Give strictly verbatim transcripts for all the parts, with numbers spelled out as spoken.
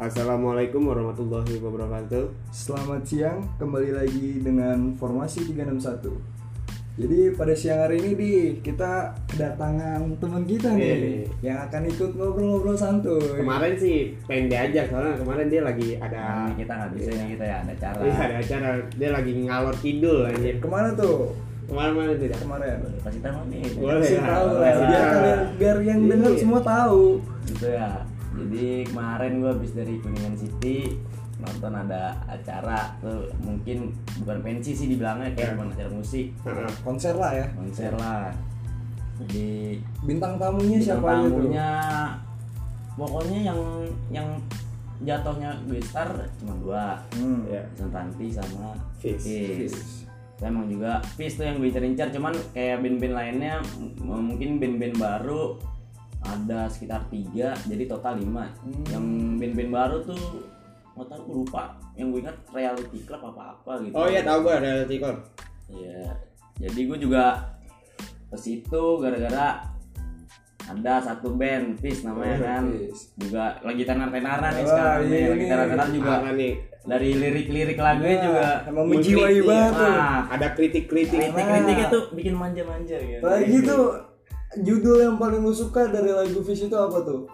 Assalamualaikum warahmatullahi wabarakatuh. Selamat siang, kembali lagi dengan Formasi tiga enam satu. Jadi pada siang hari ini di kita kedatangan teman kita nih Iya. yang akan ikut ngobrol-ngobrol santuy. Kemarin sih pengen diajak soalnya kemarin dia lagi ada Nah, kita nggak bisa ini kita ya ada cara. Iya, ada acara, dia lagi ngalor kidul anjir. Kemana tuh? Kemana-mana tidak? Kemarin. Kasih tahu nih. Boleh. Kasih ya, tahu boleh lah, lah. biar kalian, biar yang Iya. dengar semua tahu. Gitu ya. Jadi kemarin gue habis dari Kuningan City nonton ada acara tuh, mungkin bukan pensi sih dibilangnya kayak cuma acara musik, Heeh. Konser lah ya. konser lah. Jadi Bintang tamunya bintang siapa aja tuh? tamunya pokoknya yang yang jatuhnya gue star cuma dua, Hmm. Ya. Hasan Tanti sama Fis. Fis. Saya emang juga Fis tuh yang gue incar-incar, cuman kayak band-band lainnya m- mungkin band-band baru ada sekitar tiga, jadi total lima. Hmm. Yang band-band baru tuh nggak tahu, gue lupa. Yang gue ingat Reality Club apa-apa gitu. Oh iya, tahu gua ada Tikor. Iya. Jadi gue juga ke situ gara-gara ada satu band Fis namanya Oh, kan. Fis. Juga lagi tenar-tenaran nih Wah, sekarang nih, iya lagi nih. tenar-tenaran juga. Apa nih? Dari lirik-lirik lagunya Wah, juga emang menjiwai mengkritik. banget tuh. Wah, Ada kritik-kritik. kritik-kritiknya tuh bikin manja-manja gitu. Lagi tuh judul yang paling lu suka dari lagu Fish itu apa tuh?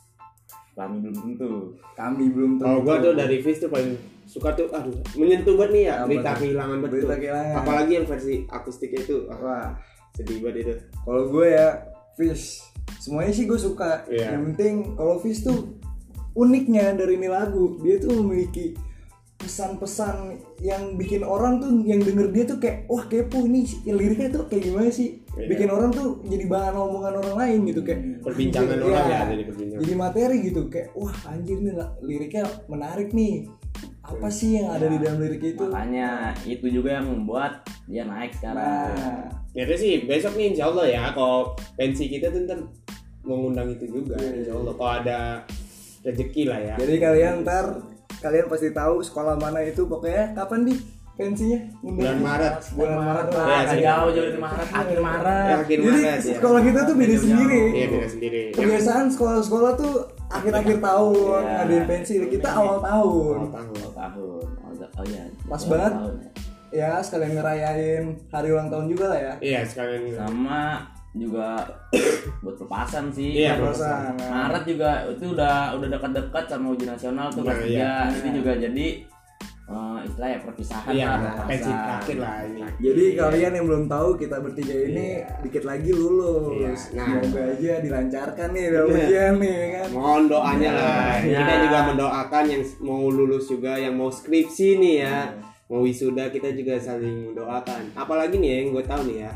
Kami belum tentu. Kami belum tentu. Oh, gua tuh dari Fis tuh paling suka tuh, aduh, menyentuh banget nih ya, Apa berita tuh? kehilangan betul. Berita kehilangan. Apalagi yang versi akustiknya itu, ah, Wah, sedih banget itu. kalau gue ya Fish, semuanya sih gue suka. Iya. Yang penting kalau Fish tuh uniknya dari ini lagu, dia tuh memiliki pesan-pesan yang bikin orang tuh yang denger dia tuh kayak wah kepo ini liriknya tuh kayak gimana sih, Iya. bikin orang tuh jadi bahan omongan orang lain gitu kayak Perbincangan anjir, orang iya. ya, jadi perbincangan. Jadi materi gitu kayak wah anjir nih lah, liriknya menarik nih, apa sih yang ada di dalam lirik itu. Makanya itu juga yang membuat dia naik sekarang. Nah, Ya itu sih besok nih insya Allah ya, kalau pensi kita tuh ntar mengundang itu juga, insya Allah kalau ada rezeki lah ya. jadi kalian ntar kalian pasti tahu sekolah mana itu, pokoknya kapan nih pensinya? Bulan Maret. Bulan Maret lah, Ya, nggak sih. jauh jauh dari Maret, akhir Ya, Maret. akhir Jadi Maret ya. sekolah kita tuh beda Jauh-jauh. sendiri. Iya beda sendiri. Kebiasaan sekolah-sekolah tuh akhir-akhir tahun Iya. ngadain pensi, kita awal tahun. Awal tahun. Oh, tahun. Oh, oh iya. Pas Awal banget. tahun ya. Ya sekalian ngerayain hari ulang tahun juga lah ya. Iya sekalian. Sama juga buat pelepasan sih. Iya, Pelepasan. Maret juga itu udah udah dekat-dekat sama ujian nasional tuh Nah, kelas iya. tiga. Itu juga jadi eh, istilahnya perpisahan Iya, lah, pelepasan. pensi terakhir lah ini. Jadi Iya. kalian yang belum tahu kita bertiga ini Iya. dikit lagi lulus. Iya, nah. Semoga aja dilancarkan nih dalam Bener. ujian nih kan. Mohon doanya lah. Iya. Kita juga mendoakan yang mau lulus juga, yang mau skripsi nih ya, mau wisuda, kita juga saling mendoakan. Apalagi nih ya, yang gue tahu nih ya,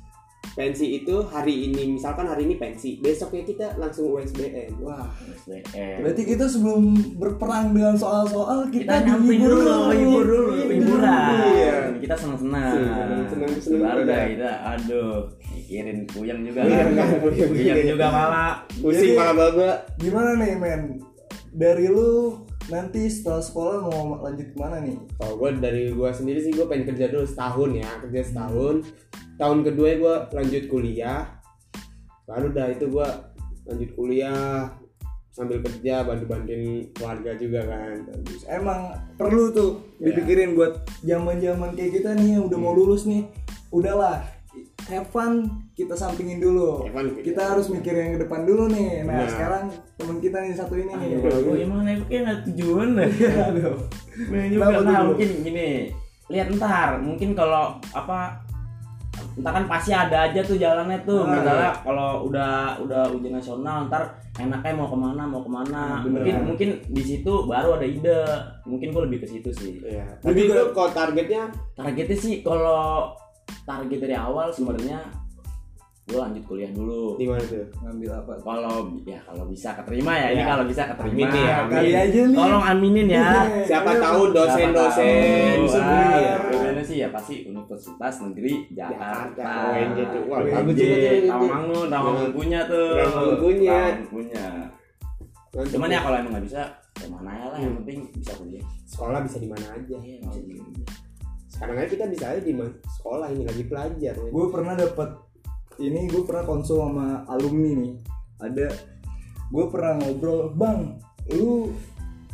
pensi itu hari ini, misalkan hari ini pensi, besoknya kita langsung U S B N. Wah, S B M. berarti kita sebelum berperang dengan soal-soal kita, kita nyampe dihibur dulu, hibur dulu, Iya. hiburan. Kita senang-senang. Senang, senang, senang Baru juga. dah kita, aduh, mikirin puyeng juga Iya, kan. kan, puyeng Puyeng juga. juga malah. Pusing Jadi- kepala baba. Gimana nih men? Dari lu nanti setelah sekolah mau lanjut kemana nih? Kalau gue dari gue sendiri sih, gue pengen kerja dulu setahun ya, kerja setahun. Tahun kedua gue lanjut kuliah, baru dah itu gue lanjut kuliah sambil kerja, bantu-bantuin keluarga juga kan. Emang perlu tuh Iya. dipikirin buat zaman-zaman kayak kita nih yang udah mau lulus nih. Udahlah, have fun kita sampingin dulu. Have fun, Kita iya. harus mikir yang ke depan dulu nih. Nah, Benar. sekarang teman kita nih satu ini nih. Aduh, gimana ya, kayak nggak tujuan dah. Aduh. Nah, juga Kenapa nah, tuh? mungkin gini, lihat ntar, mungkin kalau apa, ntar kan pasti ada aja tuh jalannya tuh. Ah, Misalnya kalau udah udah ujian nasional, ntar enaknya mau kemana mau kemana. Bener. Mungkin mungkin di situ baru ada ide. Mungkin gue lebih ke situ sih. Iya. Lu Tapi juga- itu kalau targetnya, Targetnya sih kalau target dari awal sebenarnya gue lanjut kuliah dulu. di mana tuh? Ngambil apa? Kalau ya kalau bisa keterima ya, ini Ya. kalau bisa keterima. Amin nih ya, amin. Kali aja nih. Tolong aminin ya. Siapa Ayo. tahu dosen-dosen Siapa tahu. sendiri ya. Ah, dosennya sih ya pasti Universitas Negeri Jakarta, Jakarta. O N J tuh. Wah, O N J, bagus juga tuh. Tawangun, Tawangun punya tuh. Tawangun punya. Tawangun punya. Mantap. Cuman ya kalau emang nggak bisa, ya mana ya lah. Yang Hmm. penting bisa kuliah. Sekolah bisa di mana aja. Iya, bisa di Sekarang aja kita bisa aja di ma- sekolah ini lagi pelajar. Gue pernah dapat ini, gue pernah konsul sama alumni nih. Ada, gue pernah ngobrol, bang, lu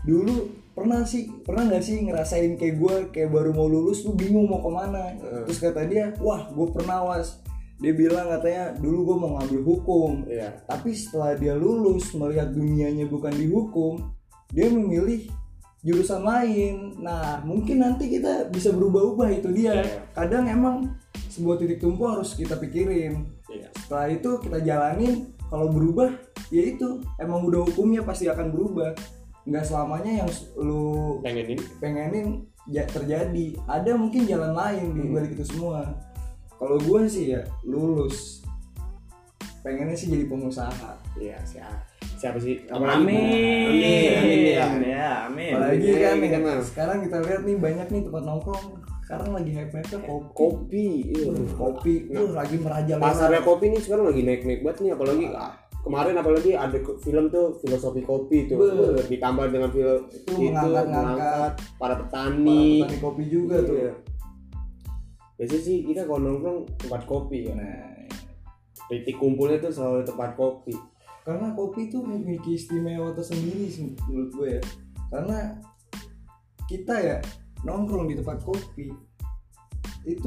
dulu pernah sih pernah nggak sih ngerasain kayak gue kayak baru mau lulus tuh bingung mau kemana. Uh. Terus kata dia, wah gue pernah Was. Dia bilang katanya dulu gue mau ngambil hukum. Yeah. Tapi setelah dia lulus melihat dunianya bukan di hukum, dia memilih jurusan lain. Nah mungkin nanti kita bisa berubah-ubah, itu dia. Yeah. Kadang emang sebuah titik tumpu harus kita pikirin. Yeah. Setelah itu kita jalanin. Kalau berubah ya itu emang udah hukumnya pasti akan berubah. Nggak selamanya yang lu pengenin pengenin ya terjadi. Ada mungkin jalan lain di balik itu semua. Kalau gue sih ya lulus pengennya sih jadi pengusaha. Iya siapa siapa sih? Amin. Amin. Amin ya. Ya, amin. Apalagi kan Amin, nih, amin. sekarang kita lihat nih banyak nih tempat nongkrong. Sekarang lagi hype-hype kopi. Kopi. Iya. Uh, kopi. Uh, lagi merajalela. Pasarnya kopi nih sekarang lagi naik-naik banget nih, apalagi ah. kemarin apalagi ada film tuh filosofi kopi tuh. Uh, ditambah dengan film itu, itu mengangkat para petani. Para petani kopi juga tuh. Iya. Biasanya sih kita kalau nongkrong tempat kopi ya. Nah, titik kumpulnya tuh selalu tempat kopi. Karena kopi tuh memiliki istimewa tersendiri sih menurut gue ya. Karena kita ya nongkrong di tempat kopi itu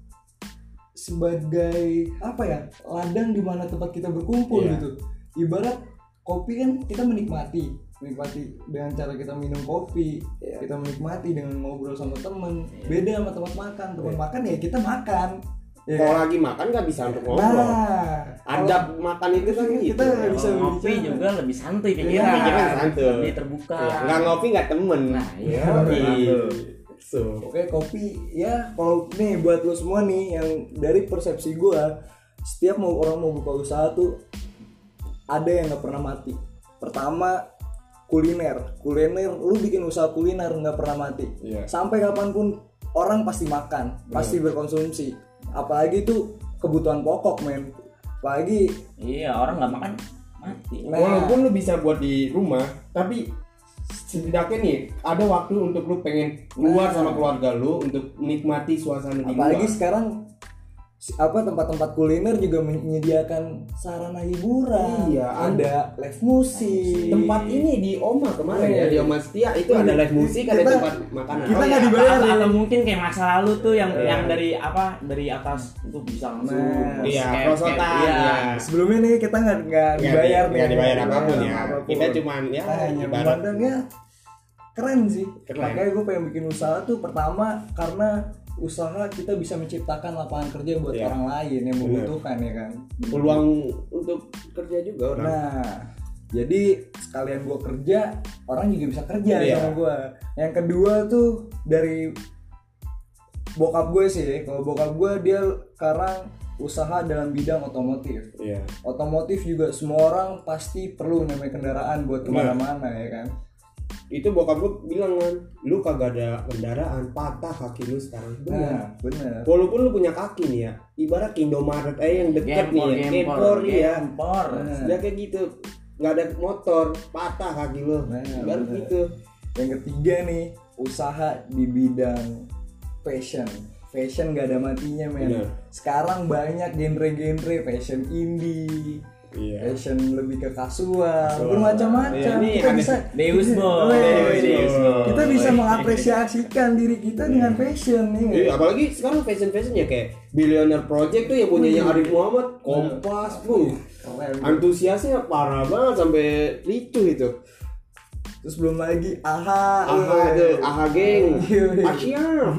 sebagai apa ya, ladang di mana tempat kita berkumpul. Yeah. Gitu. Ibarat kopi kan kita menikmati, menikmati dengan cara kita minum kopi, yeah. kita menikmati dengan ngobrol sama temen. Yeah. Beda sama tempat makan, tempat yeah. makan ya kita makan. Ya. Kalau lagi makan nggak bisa untuk ngobrol. Nah, adab makan itu kan kita gitu. bisa ngopi juga lebih santuy pikiran, ya, pikiran santuy, lebih terbuka. Ya, nggak ngopi nggak temen. Nah, iya. So. Oke, kopi ya kalau nih buat lo semua nih yang dari persepsi gue, setiap mau orang mau buka usaha tuh ada yang nggak pernah mati. Pertama kuliner, kuliner lu bikin usaha kuliner nggak pernah mati. Yeah. Sampai kapanpun orang pasti makan, yeah. pasti berkonsumsi. Apalagi itu kebutuhan pokok men. Apalagi iya orang nggak makan mati. Nah, walaupun lu bisa buat di rumah, tapi setidaknya nih ada waktu untuk lu pengen keluar nah. sama keluarga lu untuk menikmati suasana di luar. Apalagi sekarang apa tempat-tempat kuliner juga menyediakan sarana hiburan. Iya, ada live musik. Tempat ini di Oma kemarin oh, ya, di Oma Setia itu ada live musik, ada tempat makanan. Kita nggak oh, dibayar atau, ya. atau mungkin kayak masa lalu tuh yang yeah. yang dari apa dari atas itu bisa langsung. Nah, iya, prosotan. Iya. Ya. Sebelumnya nih kita nggak nggak dibayar nih. Nggak dibayar apapun ya. Apapun. Kita cuman ya hanya ibarat ya keren sih. Keren. Makanya gue pengen bikin usaha tuh pertama karena usaha kita bisa menciptakan lapangan kerja buat yeah. orang lain yang membutuhkan ya kan. Peluang untuk kerja juga orang. Nah, jadi sekalian gue kerja, orang juga bisa kerja yeah. sama gue. Yang kedua tuh dari bokap gue sih. Kalau bokap gue dia sekarang usaha dalam bidang otomotif. Yeah. Otomotif juga semua orang pasti perlu namanya kendaraan buat kemana-mana yeah. ya kan. Itu bokap gue bilang kan, lu kagak ada kendaraan, patah kaki lu sekarang. Benar. Nah, benar. Walaupun lu punya kaki nih ya, ibarat Indomaret aja yang dekat nih ya, Gempor ya. Gempor. Nah, kayak gitu. Nggak ada motor, patah kaki lu. Nah, ibarat bener. gitu. Yang ketiga nih, usaha di bidang fashion. Fashion gak ada matinya men. Bener. Sekarang banyak genre-genre fashion indie. Iya. Fashion lebih ke kasual, bermacam-macam. Iya, kita bisa Deus Boy. Deus Boy. Kita bisa mengapresiasikan diri kita dengan fashion nih. Iya, apalagi sekarang fashion-fashion ya kayak Billionaire Project tuh yang punyanya Arif Muhammad, Kompas, bu. Antusiasnya parah banget sampai ricu itu. Terus belum lagi Aha, Aha itu, Aha geng, Asyam.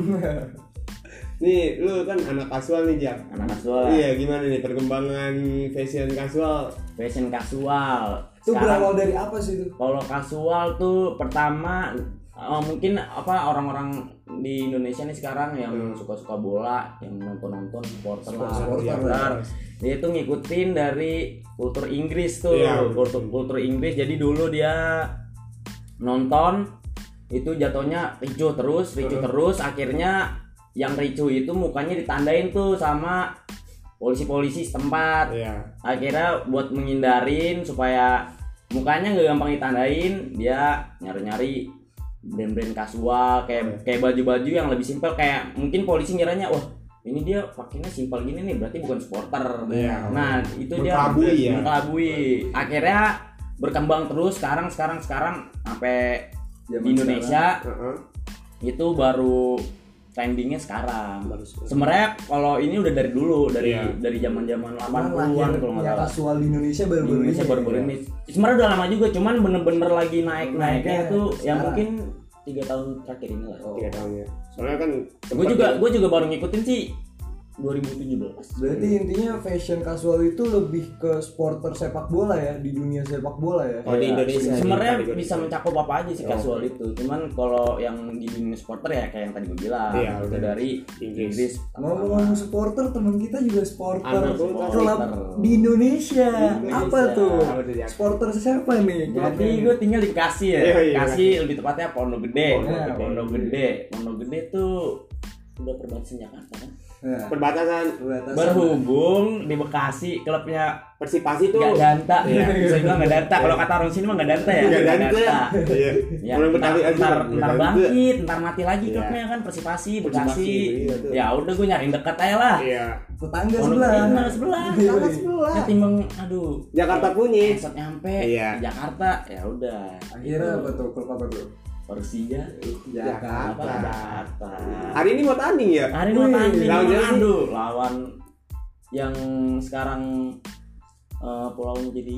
Nih, lu kan anak kasual nih, Jak. Anak kasual. Iya, gimana nih perkembangan fashion kasual? Fashion kasual. Itu berawal dari apa sih itu? Kalau kasual tuh pertama oh, mungkin apa orang-orang di Indonesia nih sekarang yang hmm. suka-suka bola, yang nonton-nonton supporter lah, supporter. Dia tuh ngikutin dari kultur Inggris tuh, yeah. kultur kultur Inggris. Jadi dulu dia nonton itu jatuhnya ricu terus, ricu uh. terus akhirnya yang ricu itu mukanya ditandain tuh sama polisi-polisi setempat. Yeah. Akhirnya buat menghindarin supaya mukanya nggak gampang ditandain, dia nyari-nyari brand-brand kasual kayak yeah. kayak baju-baju yang lebih simpel, kayak mungkin polisi ngiranya wah ini dia pakainya simpel gini nih berarti bukan supporter. Yeah. Nah itu dia ya. mengkelabui. Akhirnya berkembang terus sekarang sekarang sekarang sampai Zaman di Indonesia Heeh. itu baru trendingnya sekarang. Baru sekarang. Sebenarnya kalau ini udah dari dulu, dari Iya. dari zaman-zaman delapan Cuman puluhan lahir kalau nggak yang salah. kasual di Indonesia Di baru-baru Indonesia ini. baru-baru ini. Sebenarnya udah lama juga, cuman bener-bener lagi naik-naiknya Naiknya itu yang sekarang. mungkin tiga tahun terakhir ini lah. Oh. Tiga tahun ya. Soalnya kan Gue juga gue juga baru ngikutin sih dua ribu tujuh belas. Berarti intinya fashion kasual itu lebih ke supporter sepak bola ya, di dunia sepak bola ya. Oh, di Indonesia. Sebenarnya Di Indonesia. bisa mencakup apa aja sih Oh. casual itu. Cuman kalau yang di dunia supporter ya kayak yang tadi gue bilang, Iya, itu udah. dari Inggris. Inggris. Ngomong-ngomong supporter, teman kita juga supporter Anak gua klub supporter. di Indonesia. Indonesia. Apa tuh? Apa tuh, Jak? Supporter siapa nih? Jadi gue tinggal di Bekasi ya. Iya, iya, Bekasi lebih tepatnya Pondok Gede. Pondok Gede. Pondok Gede. Pondok Gede tuh udah perbatasan Jakarta kan. Nah, perbatasan perbatasan. Berhubung di Bekasi klubnya Persipasi tuh nggak danta, Iya. bisa bilang nggak danta. Kalau kata orang sini mah nggak danta ya. Nggak Nggak danta. Iya. Ya, Orang ntar, Betawi aja ntar, nggak ntar danta. bangkit, ntar mati lagi Iya. klubnya kan Persipasi, Persipasi, Bekasi. iya tuh. Ya udah gue nyariin dekat aja lah. Iya. Tetangga Pondok sebelah. Gede, tetangga sebelah. Tetangga sebelah. Ya timbang, aduh. Jakarta punya. Esot nyampe Iya. di Jakarta, ya udah. Akhirnya Gitu. apa tuh? Klub apa tuh? Persija. Jakarta. Apa Jakarta. Hari ini mau tanding ya? Hari ini mau Wih, tanding lawan siapa sih? aduh, lawan yang sekarang eh, pulaunya jadi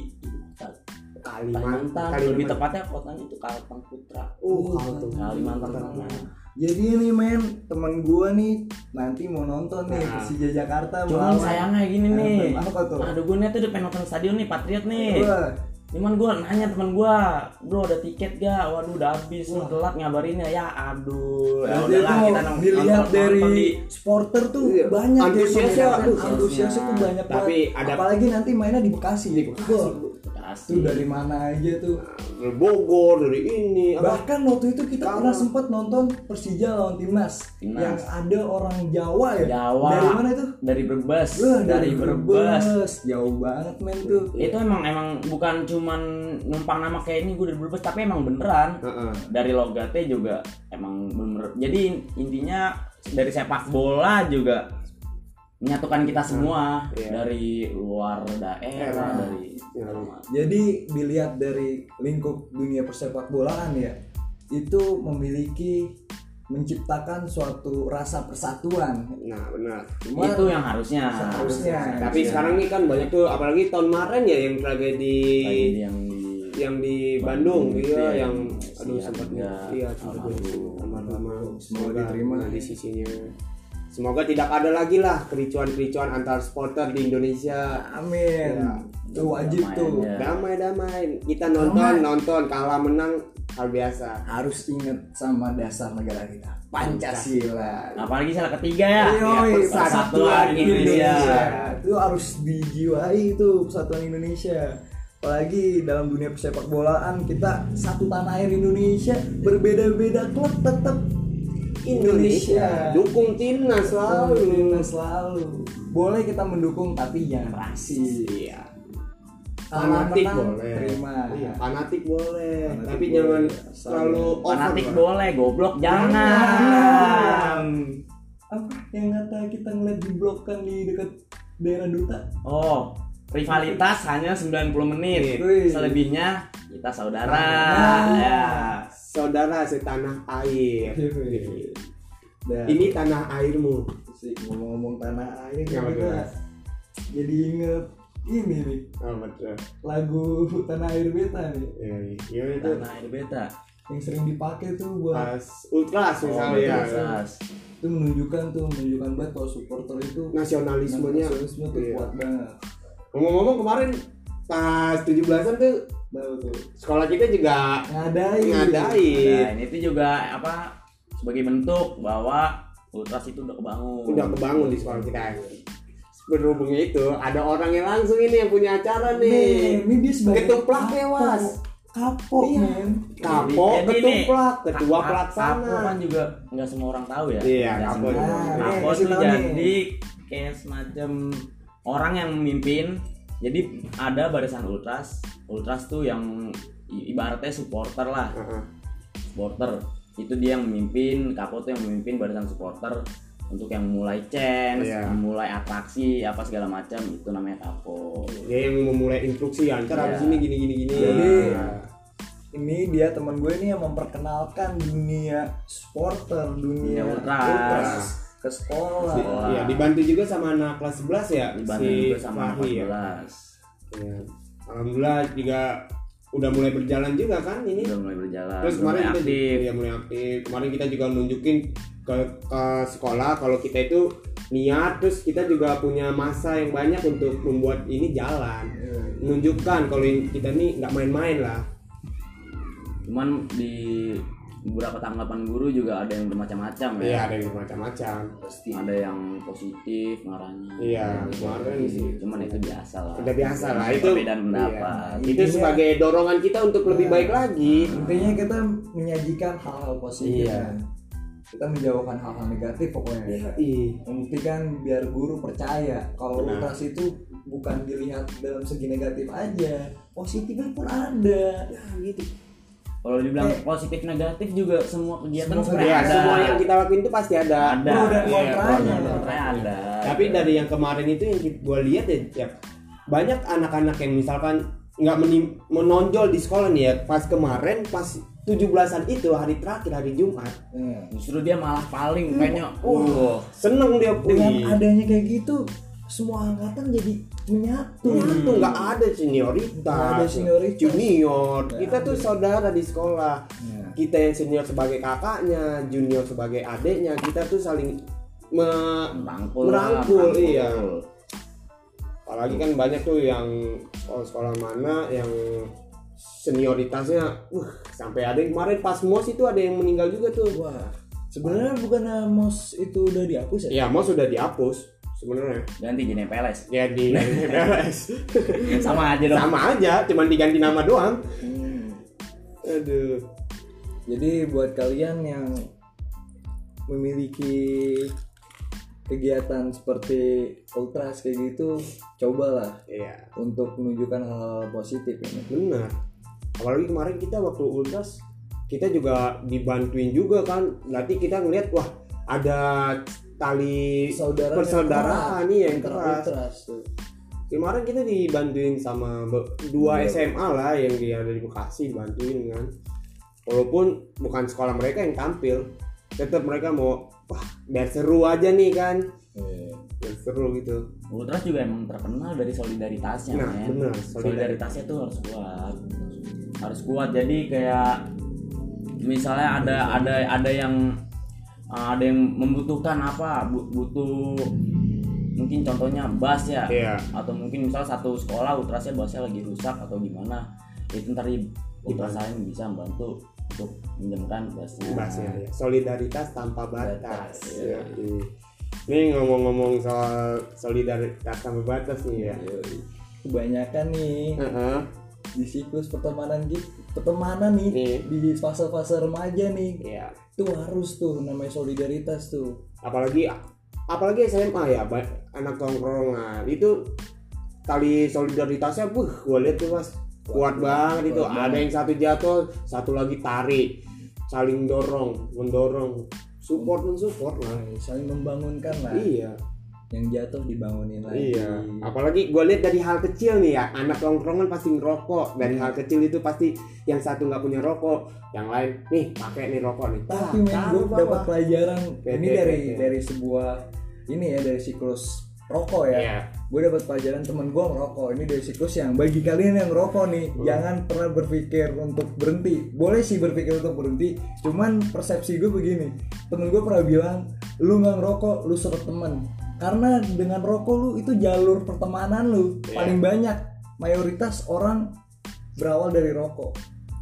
Kalimantan. Kalimantan, lebih tepatnya kotanya itu Kalteng Putra. Oh, Kalteng. Kalimantan Tengah. Jadi ini men, teman gua nih nanti mau nonton nih Nah. Persija Jakarta. Cuman melawan- sayangnya gini nih. Apa tuh? Aduh, gue nih tuh udah pengen nonton stadion nih, Patriot nih. Wah, Cuman gue nanya teman gue, bro ada tiket gak? Waduh udah habis, nih telat ngabarinnya ya. Aduh, ya berarti udahlah itu kita nong- dilihat nonton- dari nonton di supporter tuh Iya. banyak ya, Antusiasnya, sebenarnya. aduh, antusiasnya tuh banyak Tapi banget. ada- Apalagi nanti mainnya di Bekasi. Di Bekasi. Wah, Bekasi. tuh dari mana aja tuh. Dari Bogor, dari ini. Apa? Bahkan waktu itu kita Kalah. pernah sempat nonton Persija lawan Timnas, Timnas. yang ada orang Jawa ya. Jawa. Dari mana itu? Dari Brebes. Wah, dari Brebes. Jauh banget men tuh. Itu emang emang bukan cuman numpang nama kayak ini gue dari Brebes, tapi emang beneran. Heeh. Dari logatnya juga emang bener. Jadi intinya dari sepak bola juga menyatukan kita semua Iya. dari luar daerah, Era. dari Iya. Jadi dilihat dari lingkup dunia persepak bolaan ya, itu memiliki menciptakan suatu rasa persatuan. Nah, benar. Cuma itu yang harusnya. Seharusnya. Tapi sekarang nih kan banyak tuh, apalagi tahun kemarin ya yang tragedi Lagi yang di yang di Bandung, Bandung, iya, iya, yang yang aduh si sempat Arga, iya sempat almarhum. almarhum. Semoga diterima. di sisinya. Semoga tidak ada lagi lah kericuan-kericuan antar supporter di Indonesia. Amin. Ya. Itu wajib Damai tuh. aja. Damai-damai. Kita nonton, Damai. nonton, kalah menang hal biasa. Harus ingat sama dasar negara kita, Pancasila. apalagi salah ketiga ya. Yoi, Persatuan persatuan Indonesia. Itu harus dijiwai itu persatuan Indonesia. Apalagi dalam dunia persepak bolaan kita satu tanah air Indonesia, berbeda-beda klub tetap Indonesia. Dukung timnas selalu. Timnas selalu. Boleh kita mendukung tapi jangan rasis. Iya. Kalah Fanatik menang, boleh. terima. Iya, fanatik boleh. Fanatik Tapi boleh. jangan Asal terlalu over Fanatik lah. boleh, goblok jangan. Jangan. Apa yang kata kita ngeliat di blok kan di dekat daerah duta? Oh, rivalitas hanya sembilan puluh menit. Wih. Selebihnya kita saudara. Nah. Ya. Saudara setanah air. Dan Ini tanah airmu. sih ngomong-ngomong tanah air Ya, kita betul. jadi inget ini nih Oh, betul. lagu Tanah Air Beta nih Iya, iya itu Tanah air beta. yang sering dipakai tuh buat pas ultras misalnya. ya. Ultras. itu menunjukkan tuh menunjukkan banget kalau supporter itu Nasionalismenya. nasionalisme tuh Iya. kuat banget. Ngomong-ngomong kemarin pas tujuh belasan tuh Tahu tuh sekolah kita juga ngadain ngadain. Nah, itu juga apa sebagai bentuk bahwa ultras itu udah kebangun. Udah kebangun di sekolah kita. Berhubungnya itu ada orang yang langsung ini yang punya acara nih nih. ini dia sebagai Ketuplak kapok. tewas. kapok Iya. men Kapok, Jadi nih, ketuplak, ketua Ka- pelaksana. Kapo kan juga nggak semua orang tahu ya. Iya, Nggak Kapo. semua. Nah, Kapo nih, tuh kasih tahu nih. jadi kayak semacam orang yang memimpin. Jadi ada barisan ultras. Ultras tuh yang i- ibaratnya supporter lah. Heeh. Supporter. Itu dia yang memimpin. Kapo tuh yang memimpin barisan supporter untuk yang mulai chance, Iya. mulai atraksi apa segala macam itu namanya kapo. Dia yang memulai instruksi antar Iya. habis ini gini gini gini. Jadi, Nah. ini dia teman gue ini yang memperkenalkan dunia supporter, dunia Dunia ultras. ultras ke sekolah. Iya, dibantu juga sama anak kelas sebelas ya, Dibantu si juga sama anak Fahri ya. sebelas. Iya. Alhamdulillah juga udah mulai berjalan juga kan ini. Udah mulai berjalan. Terus udah kemarin mulai kita aktif. Iya, mulai aktif. Kemarin kita juga nunjukin ke, ke sekolah kalau kita itu niat, terus kita juga punya masa yang banyak untuk membuat ini jalan. Menunjukkan kalau ini- kita nih nggak main-main lah. Cuman di beberapa tanggapan guru juga ada yang bermacam-macam ya. Iya, ada yang bermacam-macam. Pasti ada yang positif ngarahnya. Iya, kemarin sih. Cuman itu biasa lah. Udah biasa lah itu. Perbedaan pendapat. Iya. Itu sebagai dorongan kita untuk lebih baik lagi. Intinya kita menyajikan hal-hal positif. Iya. kan. Kita menjauhkan hal-hal negatif pokoknya. Iya. Membuktikan biar guru percaya kalau Benar. ultras itu bukan dilihat dalam segi negatif aja, positifnya pun ada. Ya, gitu. Kalau dibilang Eh. positif negatif juga semua kegiatan Semua sebenarnya Ya, ada. semua yang kita lakuin itu pasti ada. ada. Pro dan Iya, kontranya. pro dan kontranya ada. Tapi dari yang kemarin itu yang gue lihat ya, ya, banyak anak-anak yang misalkan nggak menim- menonjol di sekolah nih ya. Pas kemarin, pas tujuh belasan itu hari terakhir hari Jumat, Nah, Justru dia malah paling kayaknya. wah seneng dia dengan wih. adanya kayak gitu, semua angkatan jadi menyatu. Itu nggak ada senioritas, Nggak ada senioritas. junior. Nggak Kita tuh ada. saudara di sekolah. Nah, Kita yang senior sebagai kakaknya, junior sebagai adeknya. Kita tuh saling me- merangkul. lah, merangkul, iya. merangkul. Apalagi kan banyak tuh yang sekolah-sekolah mana yang senioritasnya, uh, sampai ada yang kemarin pas M O S itu ada yang meninggal juga tuh. wah, sebenarnya bukan mos itu udah dihapus ya? Ya M O S sudah dihapus sebenarnya. Ganti jadi P L S. Ya di beres. Sama aja dong. Sama aja, cuman diganti nama doang. Hmm. Aduh. Jadi buat kalian yang memiliki kegiatan seperti ultras kayak gitu, cobalah Iya, untuk menunjukkan hal positif ini. benar. Apalagi kemarin kita waktu ultras kita juga dibantuin juga kan. Berarti kita ngeliat wah ada tali Saudara persaudaraan nih yang keras. ultras tuh. Kemarin kita dibantuin sama be- dua Iya. S M A lah yang dia ada di Bekasi, dibantuin kan. Walaupun bukan sekolah mereka yang tampil, tetap mereka mau wah biar seru aja nih kan, Iya. biar seru gitu. Ultras juga emang terkenal dari solidaritasnya, Nah, men. benar, Solidaritasnya tuh harus kuat. Harus kuat. Jadi kayak misalnya ada ada ada yang uh, ada yang membutuhkan apa? bu- butuh mungkin contohnya bas ya. Iya. Atau mungkin misal satu sekolah ultrasnya basnya lagi rusak atau gimana. Itu ntar di ultras lain bisa membantu untuk minjemkan basnya. Bahasnya ya. Solidaritas tanpa batas. Batas, Ya, iya. ini. Nih ngomong-ngomong soal solidaritas tanpa batas nih ya. Yoi. Kebanyakan nih Heeh. di siklus pertemanan gitu, pertemanan nih Nih. di fase-fase remaja nih, Iya. tuh harus tuh namanya solidaritas tuh. Apalagi apalagi S M A ya, ba- anak tongkrongan itu tali solidaritasnya, buh, gue lihat tuh mas kuat banget itu. kuat Ada yang satu jatuh, satu lagi tarik, saling dorong, mendorong, support mensupport lah. Nah, saling membangunkan lah. Iya, Yang jatuh dibangunin lagi. iya. Apalagi gue lihat dari hal kecil nih ya, anak tongkrongan pasti ngerokok. Dari hal kecil itu pasti yang satu nggak punya rokok, yang lain nih pakai nih rokok nih. Tapi Ah, men taruh gue bawah. dapat pelajaran Oke, ini oke, dari oke. dari sebuah ini ya, dari siklus rokok ya. Iya. Gue dapat pelajaran temen gue ngerokok. Ini dari siklus yang bagi kalian yang ngerokok nih, Hmm. jangan pernah berpikir untuk berhenti. Boleh sih berpikir untuk berhenti, cuman persepsi gue begini. Temen gue pernah bilang, lu nggak ngerokok, lu serut temen. Karena dengan rokok lu itu jalur pertemanan lu Iya. paling banyak. Mayoritas orang berawal dari rokok.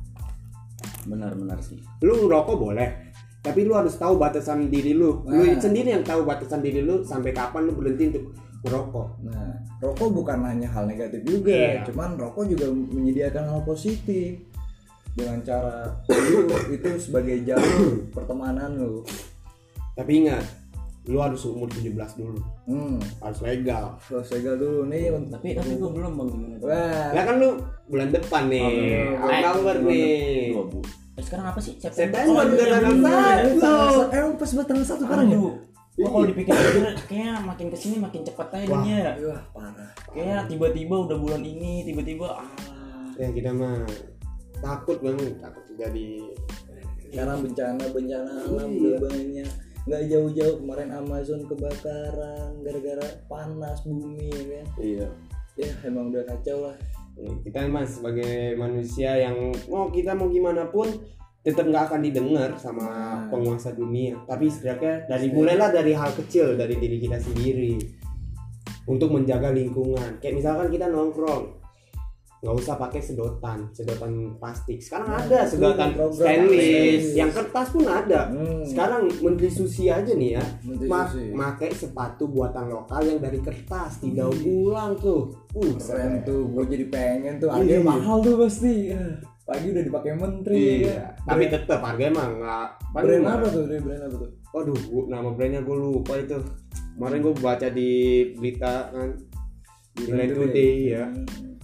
Benar-benar sih. Lu ngerokok boleh, tapi lu harus tahu batasan diri lu. Lu Nah. sendiri yang tahu batasan diri lu sampai kapan lu berhenti untuk ngerokok. Nah, rokok bukan hanya hal negatif juga, Iya. cuman rokok juga menyediakan hal positif dengan cara lu itu sebagai jalur pertemanan lu. Tapi ingat, lu harus umur tujuh belas dulu, Hmm, harus legal. terus legal dulu nih untuk Tapi tapi gue belum bang gimana? tuh? wah, Ya kan lu bulan depan nih, Oh, Oktober eh, nih. Dua bu. Eh, sekarang apa sih? September Oh, udah iya, tanggal bener. satu. emang pas buat tanggal satu sekarang ya? Aduh. Wah, kalau dipikir-pikir kayaknya makin kesini makin cepat aja Wah. ininya ya. Wah, parah. Kayak tiba-tiba udah bulan ini, tiba-tiba ah. Ya kita mah takut banget, takut terjadi. Sekarang bencana-bencana alam Iya. udah banyak. Nggak jauh-jauh kemarin Amazon kebakaran gara-gara panas bumi ya kan. Iya. Ya emang udah kacau lah. Kita mas sebagai manusia yang mau kita mau gimana pun tetap nggak akan didengar sama Nah. penguasa dunia. Tapi setidaknya dari mulailah dari hal kecil dari diri kita sendiri untuk menjaga lingkungan. Kayak misalkan kita nongkrong, nggak usah pakai sedotan, sedotan plastik. Sekarang Nah, ada itu sedotan program stainless, stainless. yang kertas pun ada. Hmm. Sekarang Menteri Susi aja nih ya, Menteri ma- Susi. pakai sepatu buatan lokal yang dari kertas, tidak ulang tuh. Uh, Keren tuh, gue jadi pengen tuh. Harganya Iya. mahal tuh pasti. Ya. Pagi udah dipakai menteri. Iya, ya. tapi Brand- tetap harganya emang nggak. brand apa tuh? Brand brand apa tuh? Waduh, gua- nama brandnya gue lupa itu. Kemarin gue baca di berita kan, di Line Today ya. Hmm.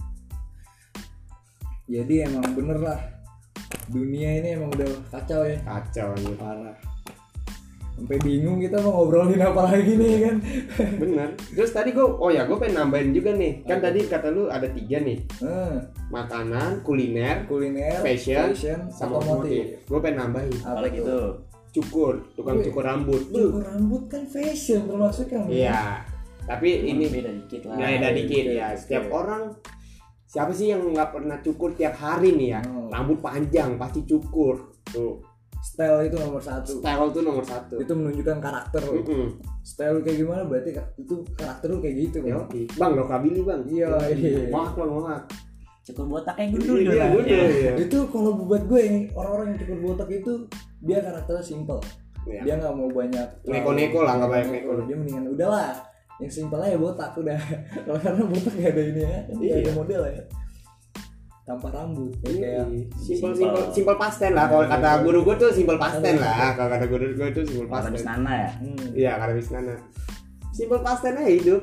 Jadi emang bener lah, dunia ini emang udah kacau ya, Kacau nih. parah. Sampai bingung kita mau ngobrolin apa lagi nih kan. Bener. Terus tadi gue, oh ya gue pengen nambahin juga nih. Kan tadi kata lu ada tiga nih, Hmm, makanan, kuliner, kuliner, Fashion, sama sama otomotif. otomotif. Gue pengen nambahin Kalau gitu. cukur, tukang Wih. cukur rambut. Cukur rambut kan fashion termasuk kan. Iya. Tapi ini beda dikit lah. beda dikit Oke, ya. oke. Setiap orang, siapa sih yang nggak pernah cukur tiap hari nih ya? Hmm. Rambut panjang pasti cukur. Tuh, Style itu nomor satu. style tuh nomor satu. Itu menunjukkan karakter lo. Mm-mm. Style kayak gimana berarti ka- itu karakter lu kayak gitu kan. Yo, bang rockabilly bang. Iya, iya. Mohak bang mohak. Cukur botaknya gundul Iya, lah. gundul, iya. Itu kalau buat gue nih, orang-orang yang cukur botak itu dia karakternya simple. Iya. Dia nggak mau banyak Neko-neko lah, nggak banyak neko. Dia mendingan udahlah yang simpel aja botak udah. Kalau karena botak gak ada ini ya, nggak Iya. ada model ya. Tanpa rambut ya, kayak Simpel Simpel. simpel simpel pasten lah. Kalau kata guru gue tuh simpel pasten lah. Kalau kata guru gue tuh simpel Orang pasten. Nana ya. hmm, Iya, karena Wisnana. Simpel pasten aja hidup.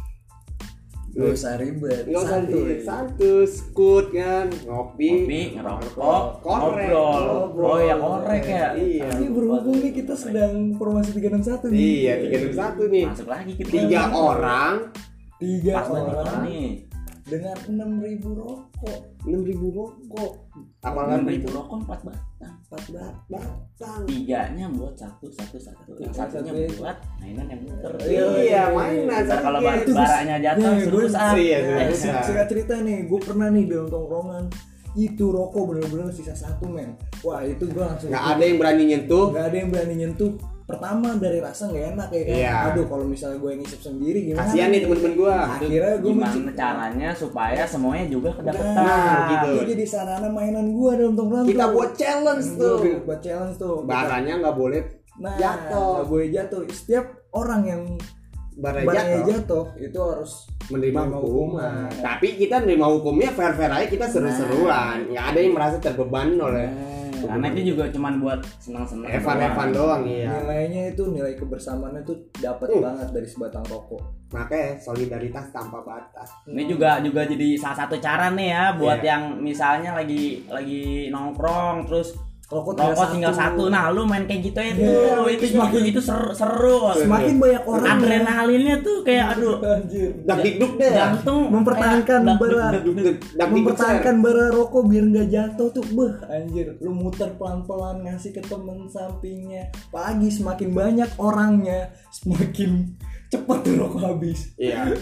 nggak usah ribet, Nggak usah santuy. di santus, skut kan, ngopi, Kopi, ngerokok, korek. ngobrol. Ngobrol. Oh ya korek ya. Iya. Ini berhubung nih kita sedang formasi tiga enam satu nih. Iya, tiga enam satu nih. Masuk lagi kita. Tiga orang, Tiga Pas lagi orang nih. dengan enam ribu rokok. enam ribu rokok. Enam Apalagi ribu rokok empat batang. Empat bat. batang. Tiganya buat satu satu satu. Yang Yang satunya satunya- buat mainan yang muter. Iya, mainan. Ntar kalau Iya, bar- itu baranya jatuh Nah, suruh gue- push up. Iya, Eh, suruh push up. Singkat cerita nih, gue pernah nih dalam tongkrongan itu rokok bener-bener sisa satu men. Wah itu gue langsung. Nggak ada yang berani nyentuh. Nggak ada yang berani nyentuh. Pertama dari rasa nggak enak ya kan. Iya. Aduh kalau misalnya gue ngisep sendiri gimana? Kasihan nih temen-temen gua. Akhirnya gue Gimana caranya supaya semuanya juga kedapetan. Nah, gitu. Itu jadi sarana mainan gue dalam tongkrongan. Kita tuh. buat challenge tuh. Gua buat challenge tuh. Baranya nggak boleh Nah, jatuh. nggak boleh jatuh. Setiap orang yang Baranya barangnya jatuh. jatuh itu harus Menerima menerima hukuman. hukuman. Tapi kita menerima hukumnya fair-fair aja, kita seru-seruan. Nggak ada yang merasa terbeban oleh Nah, Karena itu juga cuman buat senang-senang. Evan-Evan doang iya. nilainya itu nilai kebersamaannya tuh dapat Hmm. banget dari sebatang rokok. Makanya solidaritas tanpa batas. Ini juga juga jadi salah satu cara nih ya buat Iya. yang misalnya lagi lagi nongkrong terus Rokok rokok tinggal satu. Nah, lu main kayak gitu ya Iya, tuh. Itu itu juga semakin- itu seru. seru. Semakin banyak orang Adrenalinnya tuh kayak aduh. anjir. Dak dikduk deh. Jantung Mempertahankan kayak dak- bara. dak- dak- dak- Dak dikduk Mempertahankan bara rokok biar nggak jatuh tuh, beh anjir. Lu muter pelan-pelan ngasih ke temen sampingnya. Apalagi semakin banyak orangnya, semakin cepat tuh rokok habis. Iya.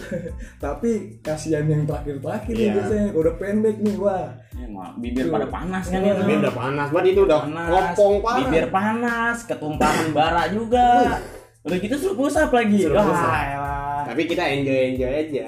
Tapi kasihan yang terakhir-terakhir Iya. ya biasanya. Kalau udah pendek nih, wah. Ya, mah, bibir pada panas kan Iya. itu. Ini udah panas banget itu udah Panas, kopong parah. bibir panas, ketumpahan bara juga. Udah gitu suruh push up lagi. Suruh push up. Wah, elah. Tapi kita enjoy-enjoy aja.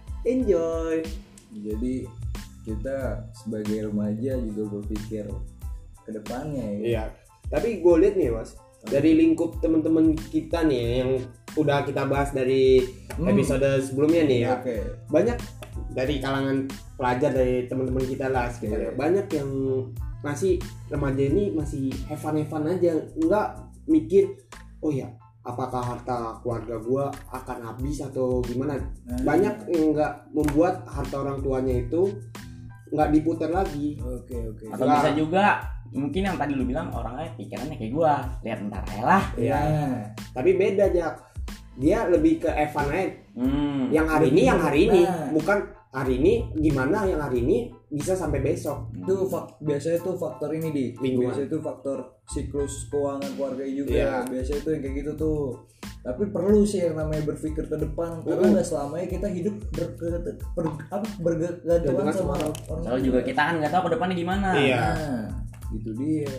Enjoy. Jadi kita sebagai remaja juga berpikir ke depannya ya. Iya. Tapi gue lihat nih mas, dari lingkup teman-teman kita nih yang udah kita bahas dari Hmm. episode sebelumnya nih ya, Oke. banyak dari kalangan pelajar dari teman-teman kita lah sekitar Iya. banyak yang masih remaja ini masih have fun have fun aja, nggak mikir oh ya apakah harta keluarga gua akan habis atau gimana. Nah. Banyak yang nggak membuat harta orang tuanya itu nggak diputar lagi. Oke, oke. Atau Nah. bisa juga mungkin yang tadi lu bilang orangnya pikirannya kayak gua, lihat ntar aja lah. Iya. Iya. Tapi beda Jak, dia lebih ke have fun aja. Hmm. Yang hari ini yang hari ini Nah. bukan hari ini gimana yang hari ini bisa sampai besok. Itu fak- biasanya tuh faktor ini di Lingkungan. biasanya itu faktor siklus keuangan keluarga juga. Iya. Biasanya itu yang kayak gitu tuh. Tapi perlu sih yang namanya berpikir ke depan karena Mm. nggak selamanya kita hidup ber, ber, ber, apa bergantungan Gantungan sama sama orang. Soalnya juga kita kan nggak tahu ke depannya gimana. Iya. Nah, itu dia.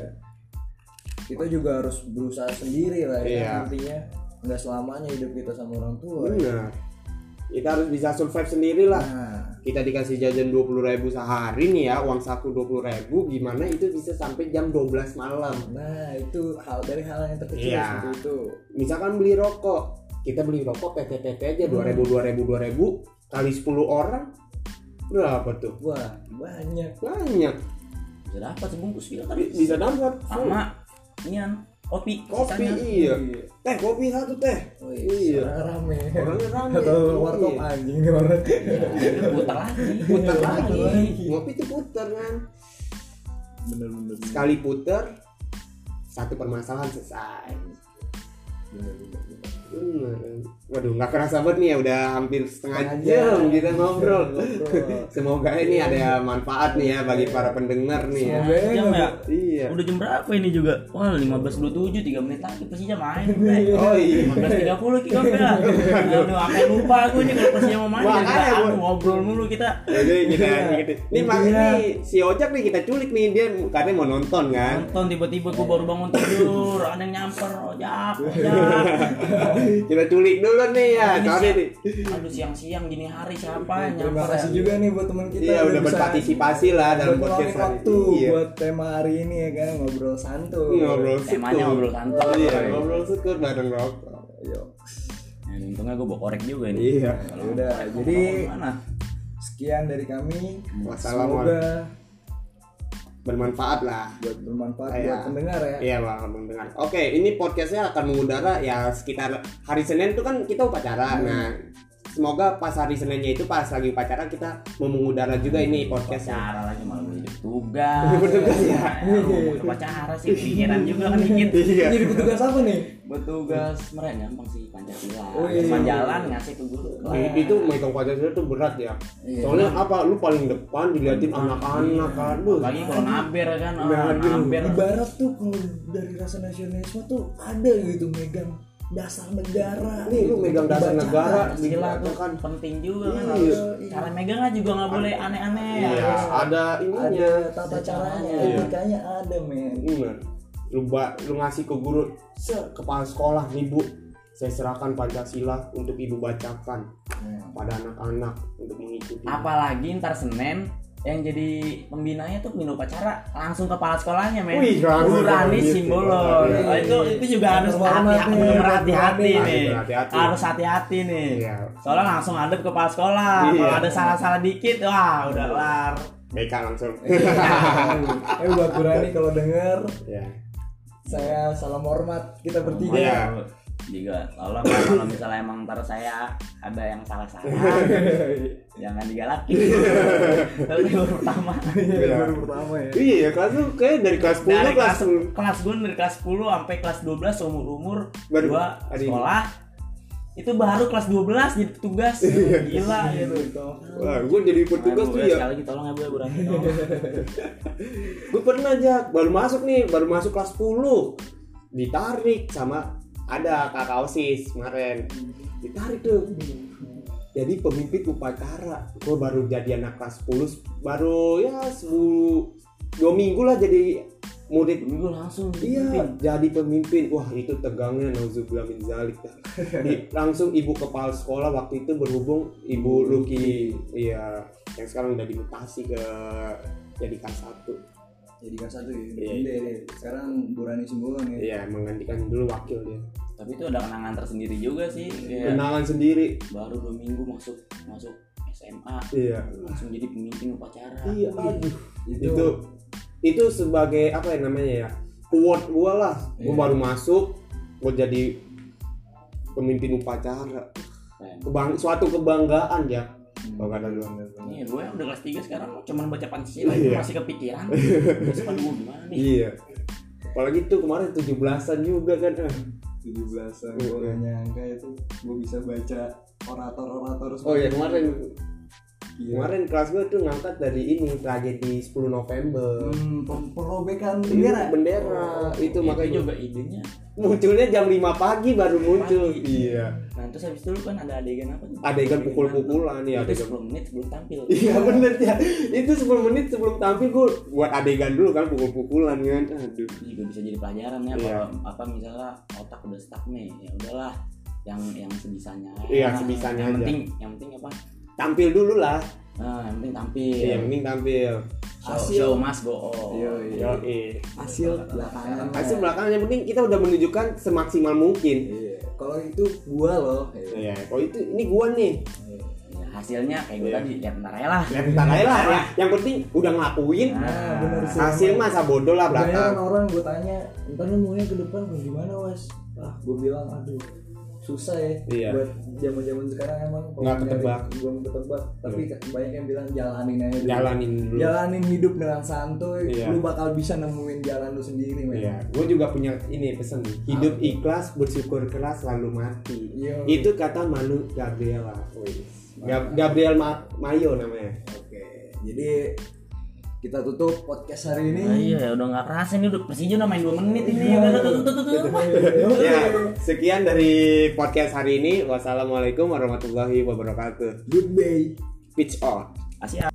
Kita juga harus berusaha sendiri lah ya Iya. intinya. Nggak selamanya hidup kita sama orang tua. Benar. Kita harus bisa survive sendiri lah. Nah, Kita dikasih jajan dua puluh ribu sehari nih ya, uang saku dua puluh ribu, gimana itu bisa sampai jam dua belas malam. nah itu hal dari hal yang terkecil Iya. seperti itu. Misalkan beli rokok, kita beli rokok P T P T aja dua ribu dua ribu dua ribu kali sepuluh orang berapa tuh? Wah banyak. Banyak. Bisa dapat sebungkus gitu kan. Bi- Bisa dapat Sama nian kopi. kopi, sisanya. iya. Teh kopi satu teh. Oh, Iya. iya. Rame. Orangnya rame. Atau Iya. warkop anjing nih orang. Putar lagi. Putar Iya, lagi. putar lagi. Ngopi tuh putar kan. Bener-bener. Sekali putar satu permasalahan selesai. Bener-bener. Bener. Waduh, nggak kerasa banget nih ya, udah hampir setengah Setengah jam jam. kita ngobrol. Ngobrol. Semoga ini ada manfaat nih ya bagi para pendengar nih ya. Semoga Jam ya. Iya. Udah jam berapa ini juga? Wah, lima belas dua puluh tujuh, tiga menit lagi Persija main. Oh iya. lima belas tiga puluh kita ya. Aduh, apa lupa aku nih kalau Persija mau main. Wah, Kita kayak anu, gua- ngobrol mulu kita. Jadi kita gitu. Nih Mas Intinya- nih si Ojak nih kita culik nih, dia katanya mau nonton kan. Nonton tiba-tiba gua baru bangun tidur, ada yang nyamper, ojak, ojak. Kita culik dulu nih ya. Ini Sorry siap- nih. Aduh, siang-siang gini hari siapa yang Terima nyamper kasih ya? juga nih buat teman kita Iya, udah bisa berpartisipasi lah dalam berkeluangin podcast hari waktu ini. Iya. buat tema hari ini ya kan ngobrol santuy. Ngobrol Temanya syukur. ngobrol santuy. Iya, ngobrol syukur bareng rokok. Ayo. Nah, untungnya gua bawa korek juga ini. Iya. Kalau Udah, korek mau jadi- bawa kemana? Sekian dari kami. Wassalamualaikum. Semoga Bermanfaat lah. buat bermanfaat Iya. buat pendengar ya. Iya bang, mendengar. Oke, ini podcastnya akan mengudara ya sekitar hari Senin itu kan kita upacara. Hmm. Nah, semoga pas hari Seninnya itu pas lagi upacara kita mau mengudara juga ini podcastnya. Pacara lagi malam ini tugas. Bertugas ya. Mau pacara sih pikiran juga kan dikit. Iya. Jadi petugas apa nih? Bertugas mereka gampang sih Pancasila. Oh, iya. Depan jalan ngasih ke guru. I- Itu megang Pancasila itu berat ya. Iya. Soalnya apa? Lu paling depan diliatin anak-anak kan. Lu. Lagi kalau naber kan, oh, Naber. naber. Ibarat tuh kalau dari rasa nasionalisme tuh ada gitu megang dasar negara. Nih lu gitu, megang untuk dasar dibacakan. negara Pancasila tuh kan. penting juga kan. Iya. Harus cara megangnya juga nggak boleh aneh-aneh. Iya, Harus ada ininya. Ada tata caranya, Iya. etikanya ada men. Bener. Lu ba- lu ngasih ke guru, se kepala sekolah nih Bu, saya serahkan Pancasila untuk ibu bacakan pada anak-anak untuk mengikuti. Apalagi ntar Senin yang jadi pembinanya tuh pembina upacara langsung kepala sekolahnya men. Wih, langsung Burani gitu. Simbolon. Iya. Oh, itu itu juga harus Hormat hati-hati, nih, bener hati-hati Harus nih. berhati-hati. Harus hati-hati nih. Iya. Soalnya langsung ada kepala sekolah. Iya. Kalau ada salah-salah dikit, wah udah kelar. B K langsung. Eh buat Burani kalau denger, Ya. saya salam hormat kita bertiga. Iya. Juga tolong ya, kalau misalnya emang ntar saya ada yang salah-salah jangan digalakin. Itu baru pertama. Iya, baru pertama ya. Iya ya, kelas lu kayak dari kelas sepuluh Dari kelas kelas kelas gue dari kelas sepuluh sampai kelas dua belas umur-umur Baru gua ada ini. sekolah. Itu baru kelas dua belas jadi petugas. Gila gitu. Wah, gue jadi petugas tuh ya. Sekali lagi tolong ya Bu, ya Burani. tolong. Gue pernah aja baru masuk nih, baru masuk kelas sepuluh. Ditarik sama ada kakak OSIS kemarin. Ditarik tuh. Jadi pemimpin upacara. Gue baru jadi anak kelas sepuluh, baru ya sepuluh dua minggu lah jadi murid. Minggu langsung Iya, dipimpin. jadi pemimpin. Wah, itu tegangnya nauzubillah min zalik. Di, langsung ibu kepala sekolah waktu itu berhubung Ibu Luki. Iya, yang sekarang udah dimutasi ke jadi K satu. Jadi kan satu ya. Iya. Iya, iya. Sekarang Burani Simbolon ya. Iya, menggantikan dulu wakil dia. Tapi itu ada kenangan tersendiri juga sih. Kayak Kenangan sendiri. baru dua minggu masuk masuk S M A Iya. langsung jadi pemimpin upacara. Iya, aduh. Itu, Itu itu sebagai apa ya namanya ya? Award gua lah. Gua Iya. baru masuk, gua jadi pemimpin upacara. Keren. Kebang, suatu kebanggaan ya. Kalau kata lu. Iya, gue udah kelas tiga sekarang cuman baca Pancasila Iya. masih kepikiran. Besok gue gimana nih? Iya. Apalagi tuh kemarin tujuh belasan juga kan. Ah. tujuh belasan gue gak nyangka itu gue bisa baca orator-orator Oh iya, kemarin Kemarin kelas gue tuh ngangkat dari ini tragedi sepuluh November. Hmm, perobekan bendera. Bendera Oh, itu makanya juga idenya munculnya jam lima pagi baru muncul. Pagi. Iya. Nah terus habis itu kan ada adegan apa tuh? Adegan pukul-pukulan ya. Itu sepuluh menit sebelum tampil. Iya bener ya. Itu sepuluh menit sebelum tampil gue buat adegan dulu kan pukul-pukulan kan. Aduh. Itu juga bisa jadi pelajaran ya. Iya. Kalau apa misalnya otak udah stuck nih, ya udahlah yang yang sebisanya. Iya, sebisanya yang aja. penting yang penting apa? Tampil dulu lah. Nah, yang penting tampil. Iya, yang penting tampil. Show, Hasil. show must go on. Iya, iya. Yoi. Hasil belakangan. Hasil belakangan yang penting kita udah menunjukkan semaksimal mungkin. Iya. Kalau itu gua loh. Iya, kalau itu ini gua nih. Ya, hasilnya kayak gue Iya. tadi lihat ntar aja lah. Lihat ntar aja lah ya. Yang penting udah ngelakuin. Nah, bener sih. Hasil masa bodoh lah Banyak belakang. kan orang gue tanya, ntar lu maunya ke depan kayak gimana was? Ah, gue bilang aduh susah ya. Iya. Buat zaman-zaman sekarang emang Nggak ketebak. Belum ketebak. Tapi banyak yang bilang jalanin aja dulu. Jalanin dulu. Jalanin hidup dengan santuy. Iya. Lu bakal bisa nemuin jalan lu sendiri, men. Iya, gue juga punya ini pesan nih. Hidup ikhlas, bersyukur keras, lalu mati. Iya. Itu kata Manu Gabriela. Wih. Gab- Gabriel Ma- Mayo namanya. Oke. Jadi kita tutup podcast hari ini. Nah, iya udah nggak kerasa nih udah Persija udah main dua menit ini. Udah tutup tutup tutup. Ya, sekian dari podcast hari ini. Wassalamualaikum warahmatullahi wabarakatuh. Goodbye. Pitch on. Asia.